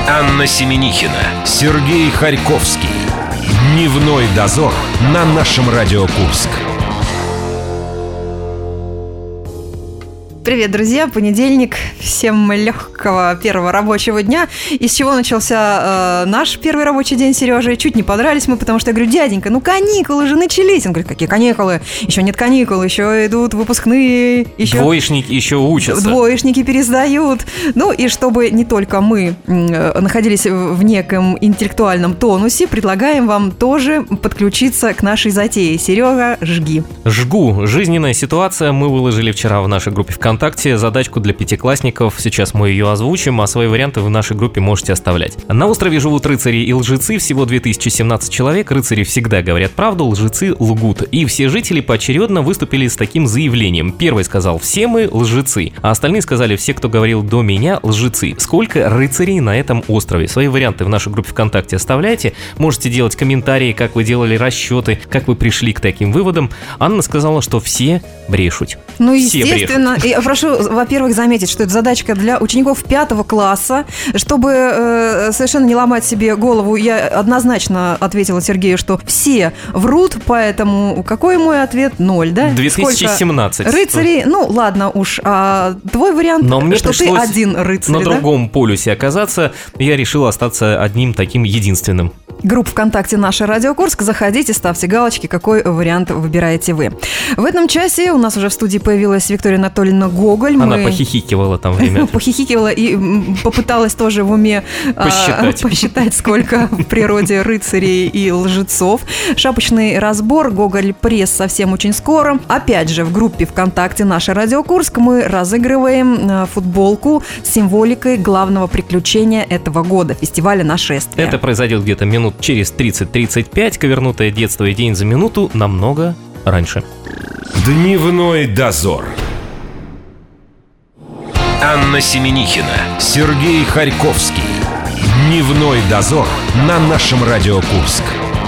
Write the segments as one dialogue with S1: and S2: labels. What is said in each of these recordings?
S1: Анна Семенихина, Сергей Харьковский. Дневной дозор на нашем Радио Курск.
S2: Привет, друзья! Понедельник. Всем легкого первого рабочего дня. Из чего начался наш первый рабочий день, Сережа? Чуть не подрались мы, потому что я говорю: дяденька, ну каникулы же начались. Он говорит: какие каникулы? Еще нет каникул, еще идут выпускные.
S3: Двоечники еще учатся.
S2: Двоечники пересдают. Ну и чтобы не только мы находились в неком интеллектуальном тонусе, предлагаем вам тоже подключиться к нашей затее. Серега, жги.
S3: Жгу. Жизненная ситуация. Мы выложили вчера в нашей группе ВКонтакте задачку для пятиклассников. Сейчас мы ее озвучим, а свои варианты в нашей группе можете оставлять. На острове живут рыцари и лжецы, всего 2017 человек. Рыцари всегда говорят правду, лжецы лгут. И все жители поочередно выступили с таким заявлением. Первый сказал: все мы лжецы, а остальные сказали: все, кто говорил до меня, лжецы. Сколько рыцарей на этом острове? Свои варианты в нашей группе ВКонтакте оставляйте. Можете делать комментарии, как вы делали расчеты, как вы пришли к таким выводам. Анна сказала, что все брешут.
S2: Ну, естественно. И прошу, во-первых, заметить, что это задачка для учеников 5 класса. Чтобы совершенно не ломать себе голову, я однозначно ответила Сергею, что все врут, поэтому какой мой ответ? 0, да?
S3: 2017.
S2: Сколько рыцарей? Ну, ладно уж. А твой вариант,
S3: но мне
S2: что ты один рыцарь,
S3: на другом полюсе оказаться, я решил остаться одним таким единственным.
S2: Группа ВКонтакте «Наша Радио Курск». Заходите, ставьте галочки, какой вариант выбираете вы. В этом часе у нас уже в студии появилась Виктория Анатольевна Гоголь.
S3: Она похихикивала там время.
S2: Похихикивала и попыталась тоже в уме посчитать, сколько в природе рыцарей и лжецов. Шапочный разбор, Гоголь пресс совсем очень скоро. Опять же, в группе ВКонтакте «Наша Радио Курск» мы разыгрываем футболку с символикой главного приключения этого года – фестиваля «Нашествие».
S3: Это произойдет где-то минут через 30-35, ковернутое детство и день за минуту намного раньше.
S1: Дневной дозор. Анна Семенихина, Сергей Харьковский. Дневной дозор на нашем Радио Курск.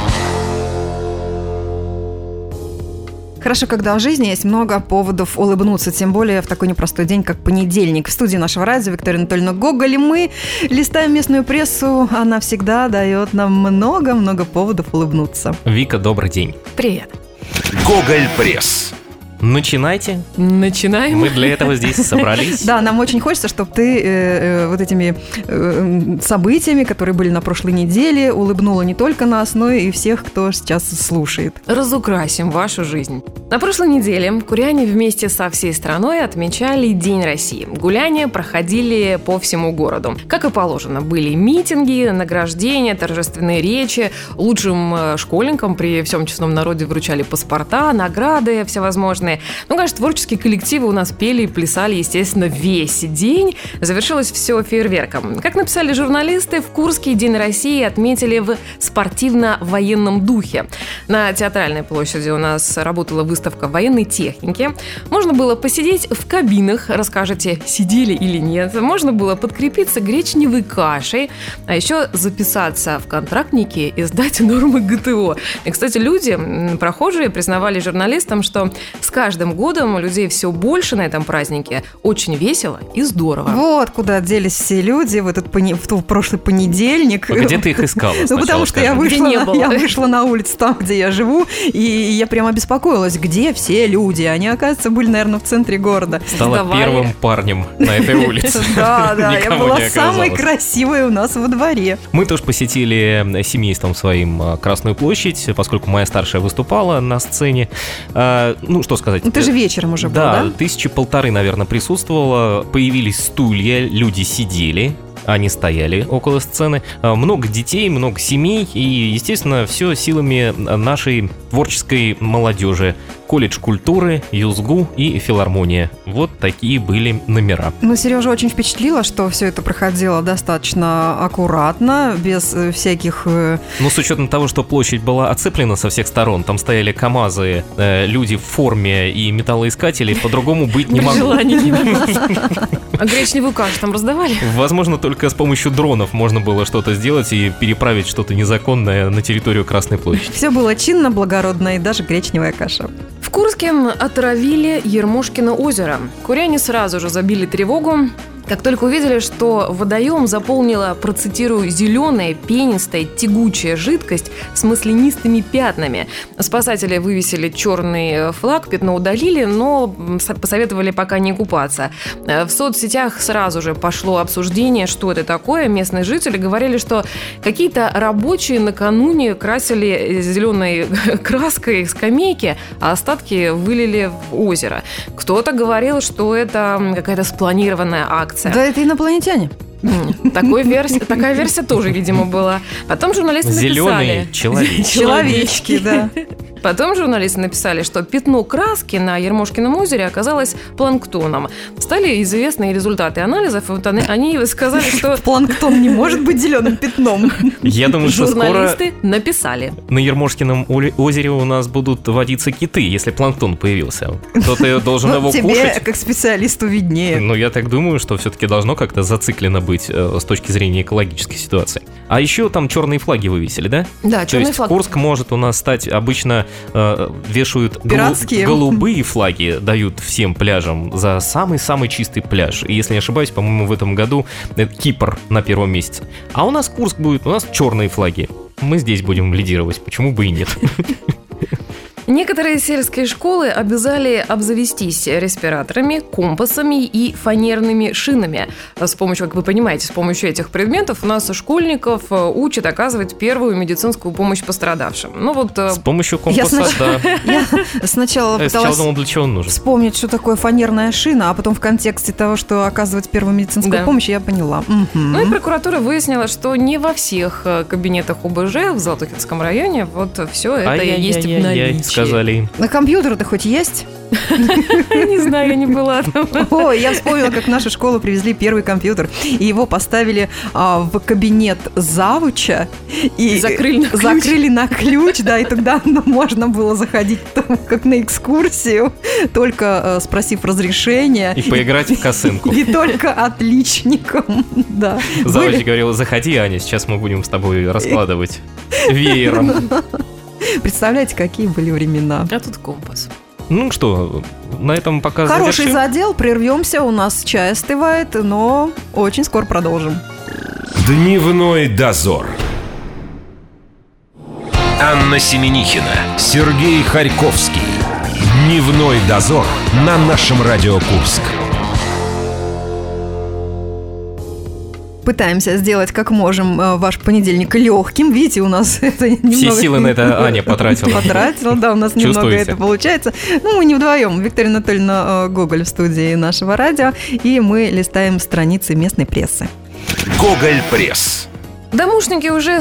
S2: Хорошо, когда в жизни есть много поводов улыбнуться, тем более в такой непростой день, как понедельник. В студии нашего радио Виктория Анатольевна Гоголь, и мы листаем местную прессу. Она всегда дает нам много-много поводов улыбнуться.
S3: Вика, добрый день.
S4: Привет.
S1: Гоголь пресс.
S3: Начинайте.
S4: Начинаем.
S3: Мы для этого здесь собрались.
S2: Да, нам очень хочется, чтобы ты вот этими событиями, которые были на прошлой неделе, улыбнула не только нас, но и всех, кто сейчас слушает.
S4: Разукрасим вашу жизнь. На прошлой неделе куряне вместе со всей страной отмечали День России. Гуляния проходили по всему городу. Как и положено, были митинги, награждения, торжественные речи. Лучшим школьникам при всем честном народе вручали паспорта, награды всевозможные. Ну, конечно, творческие коллективы у нас пели и плясали, естественно, весь день. Завершилось все фейерверком. Как написали журналисты, в Курске День России отметили в спортивно-военном духе. На Театральной площади у нас работала выставка военной техники. Можно было посидеть в кабинах, расскажете, сидели или нет. Можно было подкрепиться гречневой кашей, а еще записаться в контрактники и сдать нормы ГТО. И, кстати, люди, прохожие, признавали журналистам, что с каждым годом у людей все больше на этом празднике. Очень весело и здорово.
S2: Вот куда делись все люди в этот прошлый понедельник.
S3: Где ты их искала?
S2: Ну, потому что я вышла на улицу там, где я живу, и я прямо обеспокоилась, где все люди. Они, оказывается, были, наверное, в центре города.
S3: Стала первым парнем на этой улице.
S2: Да, я была самой красивой у нас во дворе.
S3: Мы тоже посетили семейством своим Красную площадь, поскольку моя старшая выступала на сцене. Ну, что сказать.
S2: Ты же вечером уже был, да?
S3: Да, 1500, наверное, присутствовало. Появились стулья, люди сидели. Они стояли около сцены. Много детей, много семей. И, естественно, все силами нашей творческой молодежи. Колледж культуры, ЮЗГУ и филармония. Вот такие были номера.
S2: Ну, Сережа очень впечатлила, что все это проходило достаточно аккуратно, без всяких...
S3: Ну, с учетом того, что площадь была оцеплена со всех сторон, там стояли КАМАЗы, люди в форме и металлоискатели, по-другому быть не могло.
S4: А гречневую кашу там раздавали?
S3: Возможно, только с помощью дронов можно было что-то сделать и переправить что-то незаконное на территорию Красной площади.
S2: Все было чинно, благородно и даже гречневая каша.
S4: В Курске отравили Ермошкино озеро. Куряне сразу же забили тревогу. как только увидели, что водоем заполнила, процитирую, зеленая, пенистая, тягучая жидкость с маслянистыми пятнами. Спасатели вывесили черный флаг, пятно удалили, но посоветовали пока не купаться. В соцсетях сразу же пошло обсуждение, что это такое. Местные жители говорили, что какие-то рабочие накануне красили зеленой краской скамейки, а остатки вылили в озеро. Кто-то говорил, что это какая-то спланированная акция.
S2: Да это инопланетяне.
S4: Такая версия тоже, видимо, была. Потом журналисты написали...
S3: Зеленые
S2: человечки, да.
S4: Потом журналисты написали, что пятно краски на Ермошкином озере оказалось планктоном. Стали известны результаты анализов, и вот они сказали, что...
S2: Планктон не может быть зеленым пятном.
S3: Я думаю, что скоро...
S4: Журналисты написали.
S3: На Ермошкином озере у нас будут водиться киты, если планктон появился. Кто-то должен его кушать.
S2: Тебе, как специалисту, виднее.
S3: Но я так думаю, что все-таки должно как-то зациклено быть с точки зрения экологической ситуации. А еще там черные флаги вывесили, да?
S4: Да, черный флаг.
S3: То есть Курск может у нас стать обычно... вешают голубые флаги, дают всем пляжам за самый-самый чистый пляж. И если не ошибаюсь, по-моему, в этом году Кипр на первом месте. А у нас Курск будет, у нас черные флаги. Мы здесь будем лидировать, почему бы и нет.
S4: Некоторые сельские школы обязали обзавестись респираторами, компасами и фанерными шинами. С помощью, как вы понимаете, с помощью этих предметов у нас школьников учат оказывать первую медицинскую помощь пострадавшим. Ну вот...
S3: С помощью компаса, да.
S2: Я сначала пыталась
S3: думал, для чего он нужен.
S2: Вспомнить, что такое фанерная шина, а потом в контексте того, что оказывать первую медицинскую помощь, я поняла.
S4: Ну и прокуратура выяснила, что не во всех кабинетах ОБЖ в Золотухинском районе вот все это есть в наличии.
S3: Сказали.
S2: На компьютер-то хоть есть?
S4: Не знаю, я не была там.
S2: Ой, я вспомнила, как в нашу школу привезли первый компьютер, и его поставили в кабинет завуча и закрыли на ключ, да, и тогда можно было заходить как на экскурсию, только спросив разрешения.
S3: И поиграть в косынку.
S2: И только отличникам, да.
S3: Завуч говорил: заходи, Аня, сейчас мы будем с тобой раскладывать веером.
S2: Представляете, какие были времена.
S4: А тут компас.
S3: Ну что, на этом пока
S2: хороший
S3: завершим.
S2: задел, прервемся, у нас чай остывает, но очень скоро продолжим.
S1: Дневной дозор. Анна Семенихина, Сергей Харьковский. Дневной дозор на нашем Радио Курск.
S2: Пытаемся сделать как можем ваш понедельник легким. Видите, у нас это немного...
S3: Все силы на это Аня потратила.
S2: Потратила, да, у нас немного это получается. Ну, мы не вдвоем. Виктория Анатольевна Гоголь в студии нашего радио, и мы листаем страницы местной прессы.
S1: Гоголь пресс.
S4: Домушники уже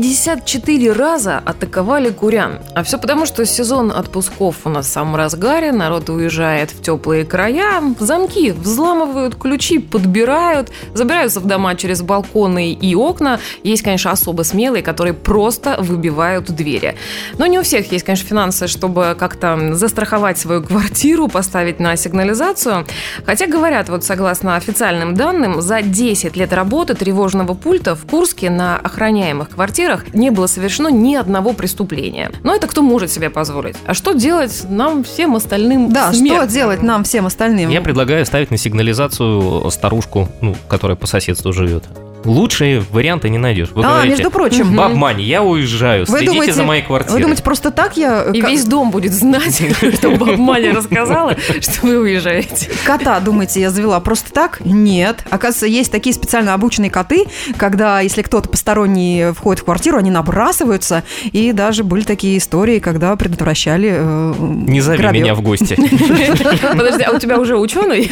S4: 154 раза атаковали курян. А все потому, что сезон отпусков у нас в самом разгаре, народ уезжает в теплые края, замки взламывают, ключи подбирают, забираются в дома через балконы и окна. Есть, конечно, особо смелые, которые просто выбивают двери. Но не у всех есть, конечно, финансы, чтобы как-то застраховать свою квартиру, поставить на сигнализацию. Хотя, говорят, вот согласно официальным данным, за 10 лет работы тревожного пульта в Курске на охраняемых квартирах не было совершено ни одного преступления. Но это кто может себе позволить? А что делать нам всем остальным?
S2: Да, смертным? Что делать нам всем остальным?
S3: Я предлагаю ставить на сигнализацию старушку, которая по соседству живет. Лучшие варианты не найдешь. Вы говорите,
S2: между прочим.
S3: Баб Мань, я уезжаю, следите за моей квартирой.
S2: Вы думаете, просто так я...
S4: И весь дом будет знать, что баб Маня рассказала, что вы уезжаете.
S2: Кота, думаете, я завела просто так? Нет. Оказывается, есть такие специально обученные коты, когда, если кто-то посторонний входит в квартиру, они набрасываются, и даже были такие истории, когда предотвращали
S3: Не зови
S2: грабеж.
S3: меня в гости.
S4: Подожди, а у тебя уже ученый?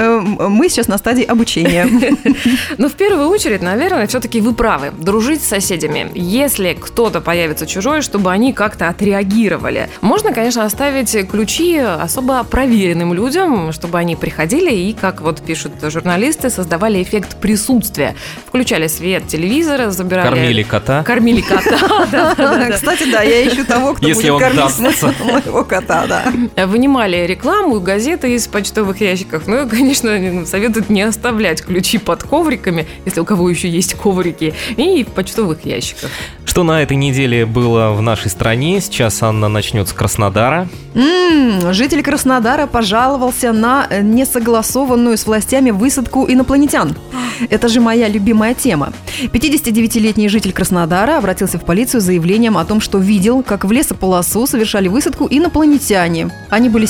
S2: Мы сейчас на стадии обучения.
S4: Но в первую очередь, наверное, все-таки вы правы. Дружить с соседями. Если кто-то появится чужой, чтобы они как-то отреагировали. Можно, конечно, оставить ключи особо проверенным людям, чтобы они приходили и, как вот пишут журналисты, создавали эффект присутствия. Включали свет телевизора, забирали...
S3: Кормили кота.
S4: Кормили кота.
S2: Кстати, да, я ищу того, кто будет кормить моего кота, да.
S4: Вынимали рекламу, газеты из почтовых ящиков. Ну и, конечно, советуют не оставлять ключи под ковриками, если у кого еще есть коврики, и в почтовых ящиках.
S3: Что Что на этой неделе было в нашей стране? Сейчас Анна начнет с Краснодара.
S2: Житель Краснодара пожаловался на несогласованную с властями высадку инопланетян. Это же моя любимая тема. 59-летний житель Краснодара обратился в полицию с заявлением о том, что видел, как в лесополосу совершали высадку инопланетяне. Они были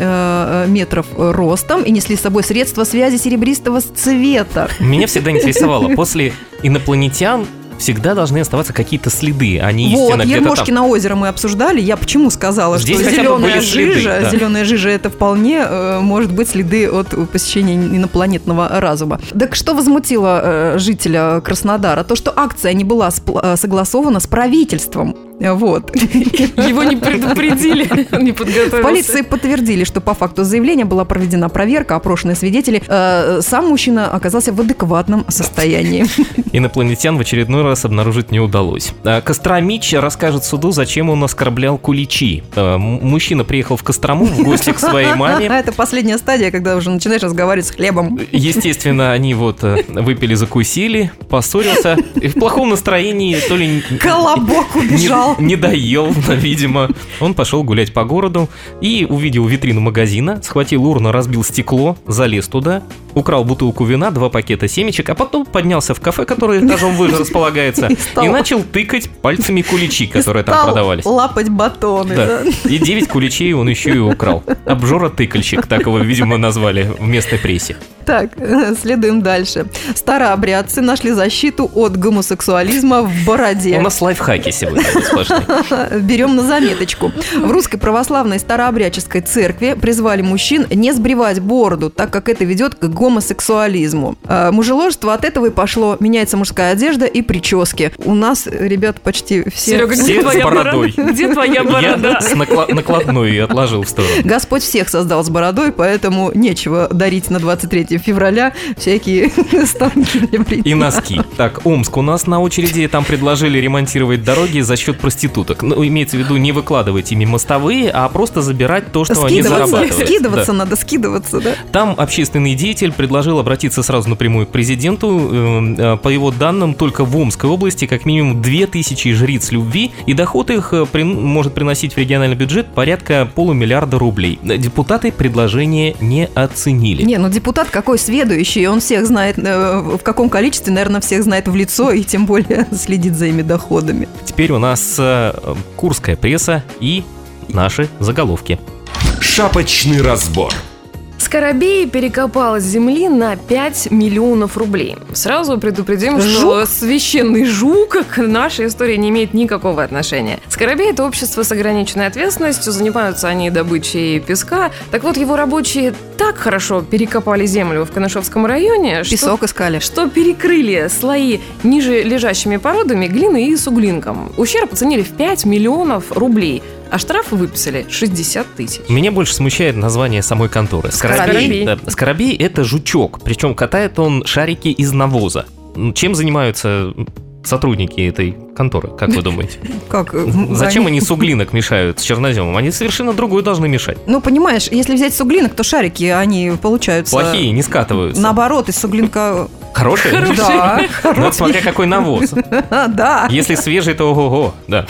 S2: 7 метров ростом и несли с собой средства связи серебристого цвета.
S3: Меня всегда интересовало, после инопланетян всегда должны оставаться какие-то следы, они истинно где-то
S2: Ермошкино озеро мы обсуждали. Я почему сказала,
S3: здесь
S2: что зеленая жижа,
S3: да.
S2: Зеленая жижа это вполне может быть следы от посещения инопланетного разума. Так что возмутило жителя Краснодара? То, что акция не была согласована с правительством. Вот.
S4: Его не предупредили, он не подготовился.
S2: В полиции подтвердили, что по факту заявления была проведена проверка, опрошенные свидетели. Сам мужчина оказался в адекватном состоянии.
S3: Инопланетян в очередной раз обнаружить не удалось. Костромич расскажет суду, зачем он оскорблял куличи. Мужчина приехал в Кострому в гости к своей маме.
S2: Это последняя стадия, когда уже начинаешь разговаривать с хлебом.
S3: Естественно, они выпили, закусили, поссорился. И в плохом настроении то ли...
S2: Колобок убежал.
S3: Не доел, видимо. Он пошел гулять по городу и увидел витрину магазина, схватил урну, разбил стекло, залез туда, украл бутылку вина, 2 пакета семечек, а потом поднялся в кафе, которое этажом выше располагается, и начал тыкать пальцами куличи, которые там продавались.
S2: Лапать батоны.
S3: Да. И 9 куличей он еще и украл. Обжора-тыкальщик, так его, видимо, назвали в местной прессе.
S2: Так, следуем дальше. Старообрядцы нашли защиту от гомосексуализма в бороде.
S3: У нас лайфхаки сегодня сплошные.
S2: Берем на заметочку. В Русской Православной Старообрядческой Церкви призвали мужчин не сбривать бороду, так как это ведет к гомосексуализму. Мужеложество от этого и пошло. Меняется мужская одежда и прически. У нас, ребят, почти все...
S4: Серега,
S3: все с бородой.
S4: Где твоя борода?
S3: Я с накладной ее отложил в сторону.
S2: Господь всех создал с бородой, поэтому нечего дарить на 23 февраля всякие станки для бритья.
S3: И носки. Так, Омск у нас на очереди. Там предложили ремонтировать дороги за счет проституток. Ну, имеется в виду, не выкладывать ими мостовые, а просто забирать то, что они зарабатывают.
S2: Скидываться надо, да?
S3: Там общественный деятель предложил обратиться сразу напрямую к президенту. По его данным, только в Омской области как минимум 2000 жриц любви, и доход их может приносить в региональный бюджет порядка 500 000 000 рублей. Депутаты предложение не оценили.
S2: Не, ну депутат какой сведущий, он всех знает, в каком количестве, наверное, всех знает в лицо и тем более следит за ими доходами.
S3: Теперь у нас курская пресса и наши заголовки.
S1: Шапочный разбор.
S4: Скоробей перекопал с земли на 5 миллионов рублей. Сразу предупредим, что священный жук к нашей истории не имеет никакого отношения. Скоробей – это общество с ограниченной ответственностью, занимаются они добычей песка. Так вот, его рабочие так хорошо перекопали землю в Канышевском районе,
S2: песок искали,
S4: что перекрыли слои ниже лежащими породами глины и суглинком. Ущерб оценили в 5 миллионов рублей. А штрафы выписали 60 000.
S3: Меня больше смущает название самой конторы. Скоробей. Да, Скоробей – это жучок, причем катает он шарики из навоза. Чем занимаются сотрудники этой конторы, как вы думаете?
S2: Как?
S3: Зачем они суглинок мешают с черноземом? Они совершенно другую должны мешать.
S2: Ну, понимаешь, если взять суглинок, то шарики, они получаются...
S3: Плохие, не скатываются.
S2: Наоборот, из суглинка...
S3: Хорошие?
S2: Да.
S3: Ну, смотря какой навоз.
S2: Да.
S3: Если свежий, то ого-го, да.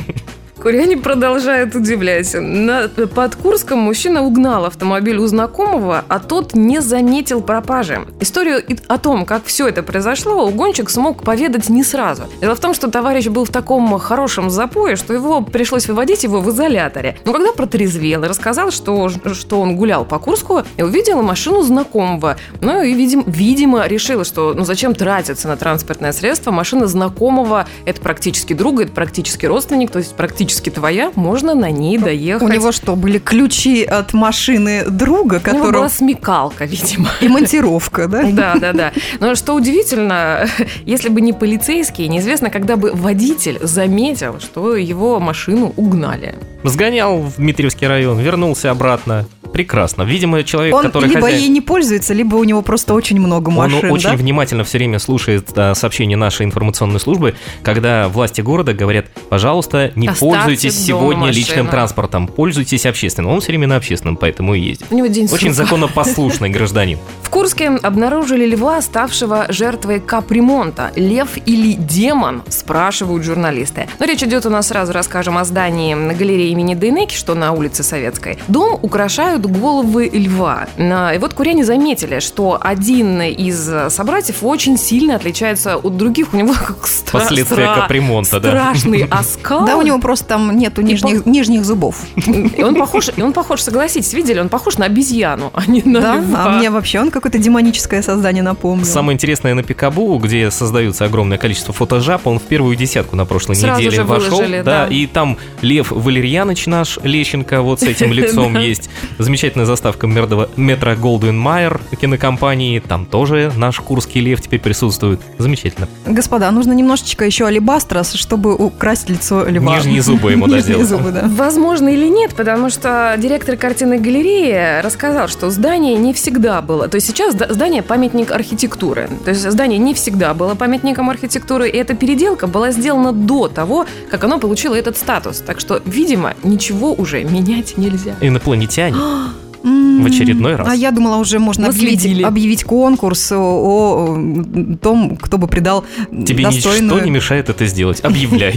S4: Куряне продолжают удивлять. Под Курском мужчина угнал автомобиль у знакомого, а тот не заметил пропажи. Историю о том, как все это произошло, угонщик смог поведать не сразу. Дело в том, что товарищ был в таком хорошем запое, что его пришлось выводить его в изоляторе. Но когда протрезвел и рассказал, что он гулял по Курску и увидел машину знакомого. Ну и, видимо, решил, что зачем тратиться на транспортное средство. Машина знакомого – это практически друг, это практически родственник, то есть практически твоя, можно на ней доехать.
S2: У него что, были ключи от машины друга,
S4: У него была смекалка, видимо.
S2: И монтировка, да?
S4: Да. Но что удивительно, если бы не полицейские, неизвестно, когда бы водитель заметил, что его машину угнали.
S3: Сгонял в Дмитриевский район, вернулся обратно. прекрасно. Видимо, человек,
S2: он
S3: который
S2: либо ей не пользуется, либо у него просто очень много машин.
S3: Он очень внимательно все время слушает сообщения нашей информационной службы, когда власти города говорят: пожалуйста, не пользуйтесь сегодня личным транспортом, пользуйтесь общественным. Он все время на общественном, поэтому и ездит.
S4: У него день сурка.
S3: Очень законопослушный гражданин.
S4: В Курске обнаружили льва, ставшего жертвой капремонта. Лев или демон, спрашивают журналисты. Но речь идет у нас, сразу расскажем, о здании на галерее имени Дейнеки, что на улице Советской. Дом украшают головы льва. И вот куряне заметили, что один из собратьев очень сильно отличается от других. У него как
S3: последствия капремонта,
S4: страшный оскал.
S2: Да, у него просто там нету нижних зубов.
S4: И он похож, согласитесь, видели, он похож на обезьяну, а не на льва.
S2: А мне вообще он какое-то демоническое создание напомнил.
S3: Самое интересное, на Пикабу, где создаются огромное количество фотожаб, он в первую десятку на прошлой неделе вошел. Да, и там Лев Валерьянович наш, Лещенко, вот с этим лицом есть. Замечательная заставка Метро Голдвин Майер кинокомпании. Там тоже наш курский лев теперь присутствует. Замечательно.
S2: Господа, нужно немножечко еще алебастра, чтобы украсить лицо льва.
S3: Нижние зубы ему доделать.
S4: Возможно или нет, потому что директор картинной галереи рассказал, что здание не всегда было. То есть сейчас здание памятник архитектуры. То есть здание не всегда было памятником архитектуры, и эта переделка была сделана до того, как оно получило этот статус. Так что, видимо, ничего уже менять нельзя.
S3: Инопланетяне. В очередной раз.
S2: А я думала, уже можно объявить конкурс о том, кто бы придал
S3: тебе достойную... ничто не мешает это сделать. Объявляй.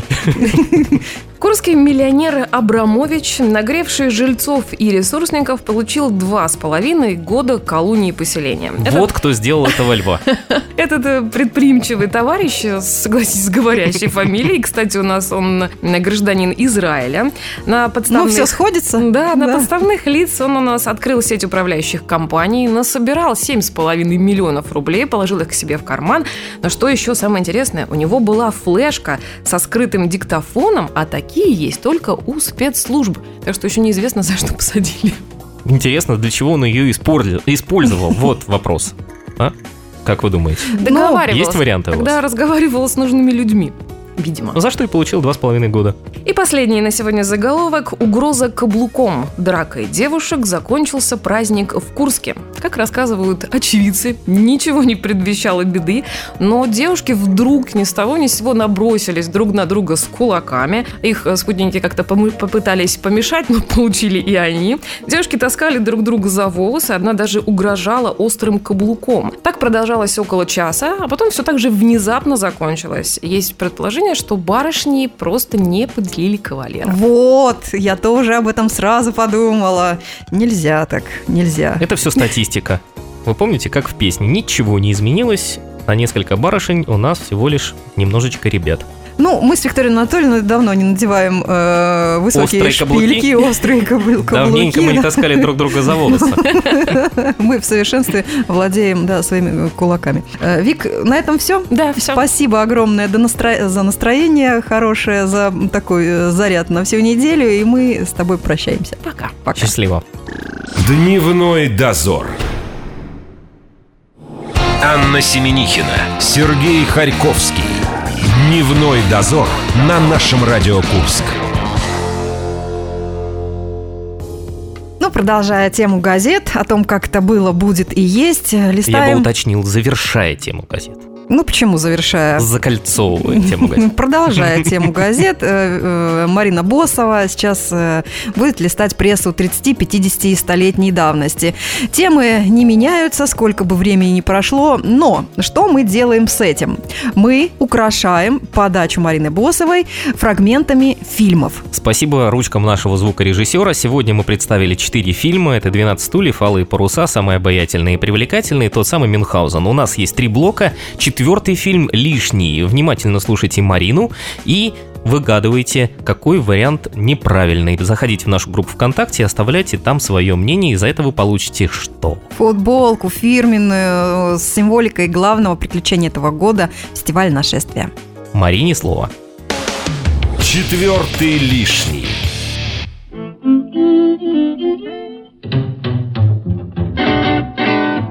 S4: Курский миллионер Абрамович, нагревший жильцов и ресурсников, получил 2,5 года колонии поселения.
S3: Вот кто сделал этого льва.
S4: Этот предприимчивый товарищ, согласитесь, с говорящей фамилией, кстати, у нас он гражданин Израиля.
S2: Ну, все сходится.
S4: Да, на подставных лиц он у нас открыл сеть управляющих компаний, насобирал 7,5 миллионов рублей, положил их к себе в карман. Но что еще самое интересное, у него была флешка со скрытым диктофоном, а такие есть только у спецслужб. Так что еще неизвестно, за что посадили.
S3: Интересно, для чего он ее использовал? Вот вопрос. А? Как вы думаете? Есть варианты у вас?
S4: Когда разговаривал с нужными людьми. Видимо.
S3: За что и получил 2,5 года.
S4: И последний на сегодня заголовок. Угроза каблуком. Дракой девушек закончился праздник в Курске. Как рассказывают очевидцы, ничего не предвещало беды, но девушки вдруг ни с того ни с сего набросились друг на друга с кулаками. Их спутники как-то попытались помешать, но получили и они. Девушки таскали друг друга за волосы, одна даже угрожала острым каблуком. Так продолжалось около часа, а потом все так же внезапно закончилось. Есть предположение, что барышни просто не поделили кавалера.
S2: Вот, я тоже об этом сразу подумала. Нельзя так, нельзя.
S3: Это все статистика. Вы помните, как в песне? Ничего не изменилось, на несколько барышень у нас всего лишь немножечко ребят.
S2: Ну, мы с Викторией Анатольевной давно не надеваем высокие шпильки, острые каблуки.
S3: Давненько мы не таскали друг друга за волосы.
S2: Мы в совершенстве владеем, своими кулаками. Вик, на этом все?
S4: Да, все.
S2: Спасибо огромное за настроение хорошее, за такой заряд на всю неделю, и мы с тобой прощаемся.
S4: Пока.
S3: Счастливо.
S1: Дневной дозор. Анна Семенихина, Сергей Харьковский. Дневной дозор на нашем Радио Курск.
S2: Ну, продолжая тему газет, о том, как это было, будет и есть, листаем...
S3: Я бы уточнил, завершая тему газет.
S2: Ну, почему завершая?
S3: Закольцовывая тему газет.
S2: Продолжая тему газет, Марина Босова сейчас будет листать прессу 30-50 и 100-летней давности. Темы не меняются, сколько бы времени ни прошло, но что мы делаем с этим? Мы украшаем подачу Марины Босовой фрагментами фильмов.
S3: Спасибо ручкам нашего звукорежиссера. Сегодня мы представили 4 фильма. Это «12 стульев», «Алые паруса», самые обаятельные и привлекательные, тот самый «Мюнхгаузен». У нас есть 3 блока. 4-й фильм «Лишний». Внимательно слушайте Марину и выгадывайте, какой вариант неправильный. Заходите в нашу группу ВКонтакте, оставляйте там свое мнение, и за это вы получите что?
S2: Футболку фирменную с символикой главного приключения этого года – фестиваль нашествия.
S3: Марине слово.
S1: 4-й лишний.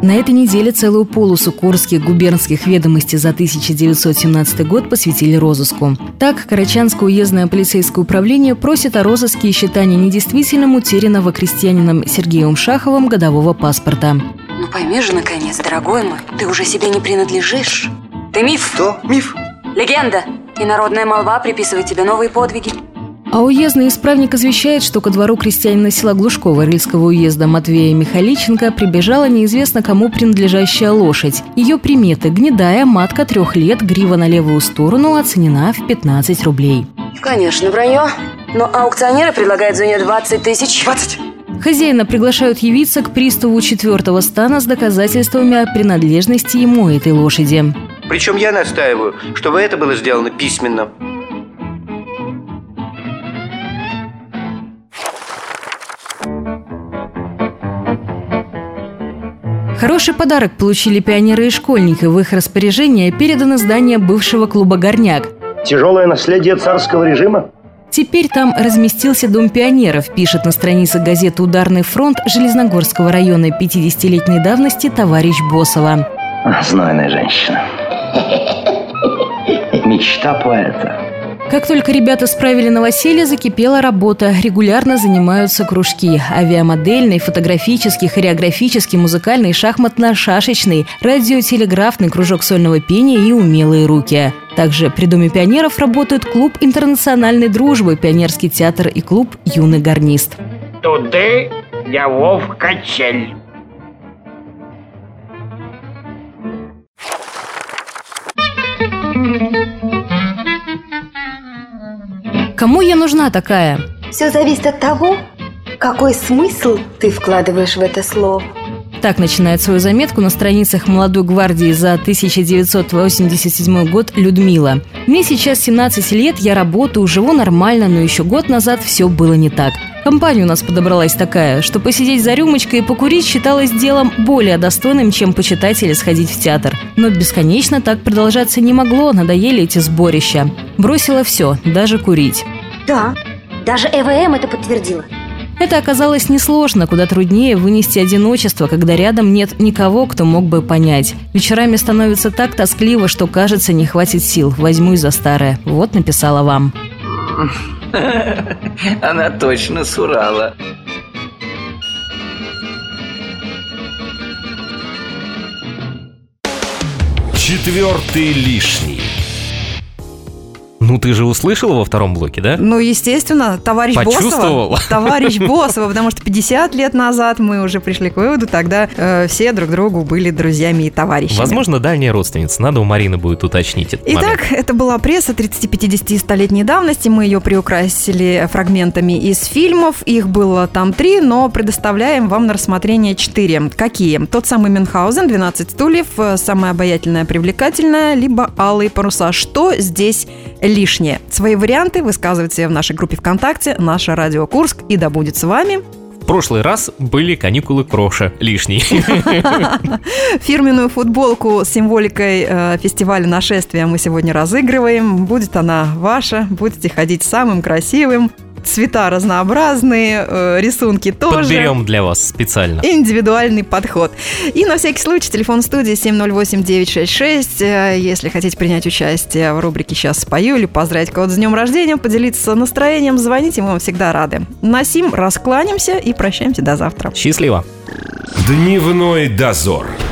S5: На этой неделе целую полосу Курских губернских ведомостей за 1917 год посвятили розыску. Так, Карачанское уездное полицейское управление просит о розыске и считании недействительным утерянного крестьянином Сергеем Шаховым годового паспорта.
S6: Ну пойми же, наконец, дорогой мой, ты уже себе не принадлежишь. Ты миф.
S7: Что? Миф?
S6: Легенда. И народная молва приписывает тебе новые подвиги.
S5: А уездный исправник извещает, что ко двору крестьянина села Глушкова Рыльского уезда Матвея Михаличенко прибежала неизвестно кому принадлежащая лошадь. Ее приметы: гнедая, матка 3 лет, грива на левую сторону, оценена в 15 рублей.
S6: Конечно, вранье. Но аукционеры предлагают за нее 20 тысяч.
S7: 20?
S5: Хозяина приглашают явиться к приставу 4-го стана с доказательствами о принадлежности ему этой лошади.
S7: Причем я настаиваю, чтобы это было сделано письменно.
S5: Хороший подарок получили пионеры и школьники. В их распоряжение передано здание бывшего клуба «Горняк».
S8: Тяжелое наследие царского режима?
S5: Теперь там разместился Дом пионеров, пишет на странице газеты «Ударный фронт» Железногорского района 50-летней давности товарищ Босова.
S8: Знойная женщина. Мечта поэта.
S5: Как только ребята справили новоселье, закипела работа. Регулярно занимаются кружки: авиамодельный, фотографический, хореографический, музыкальный, шахматно-шашечный, радиотелеграфный, кружок сольного пения и умелые руки. Также при Доме пионеров работают клуб интернациональной дружбы, пионерский театр и клуб «Юный гарнист».
S9: Туди я вов качель.
S5: Кому я нужна такая?
S10: Все зависит от того, какой смысл ты вкладываешь в это слово.
S5: Так начинает свою заметку на страницах «Молодой гвардии» за 1987 год Людмила. Мне сейчас 17 лет, я работаю, живу нормально, но еще год назад все было не так. Компания у нас подобралась такая, что посидеть за рюмочкой и покурить считалось делом более достойным, чем почитать или сходить в театр. Но бесконечно так продолжаться не могло, надоели эти сборища. Бросила все, даже курить.
S10: Да, даже ЭВМ это подтвердила.
S5: Это оказалось несложно, куда труднее вынести одиночество, когда рядом нет никого, кто мог бы понять. Вечерами становится так тоскливо, что, кажется, не хватит сил. Возьмусь за старое. Вот написала вам.
S9: Она точно с Урала.
S1: Четвертый лишний.
S3: Ну, ты же услышала во втором блоке, да?
S2: Ну, естественно, товарищ Босова. Товарищ Босова, потому что 50 лет назад мы уже пришли к выводу, тогда все друг другу были друзьями и товарищами.
S3: Возможно, дальняя родственница. Надо у Марины будет уточнить этот момент.
S2: Итак, это была пресса 30-50-100-летней давности. Мы ее приукрасили фрагментами из фильмов. Их было там 3, но предоставляем вам на рассмотрение 4. Какие? Тот самый Мюнхгаузен, 12 стульев, самая обаятельная, привлекательная, либо алые паруса. Что здесь лишнее? Свои варианты высказывайте в нашей группе ВКонтакте «Наше радио Курск», и да будет с вами.
S3: В прошлый раз были каникулы Кроша лишние.
S2: Фирменную футболку с символикой фестиваля «Нашествия» мы сегодня разыгрываем. Будет она ваша, будете ходить самым красивым. Цвета разнообразные, рисунки тоже.
S3: Подберем для вас специально.
S2: Индивидуальный подход. И на всякий случай телефон студии 708-966. Если хотите принять участие в рубрике «Сейчас спою» или поздравить кого-то с днем рождения, поделиться настроением, звоните, мы вам всегда рады. На сим раскланяемся и прощаемся до завтра.
S3: Счастливо.
S1: Дневной дозор.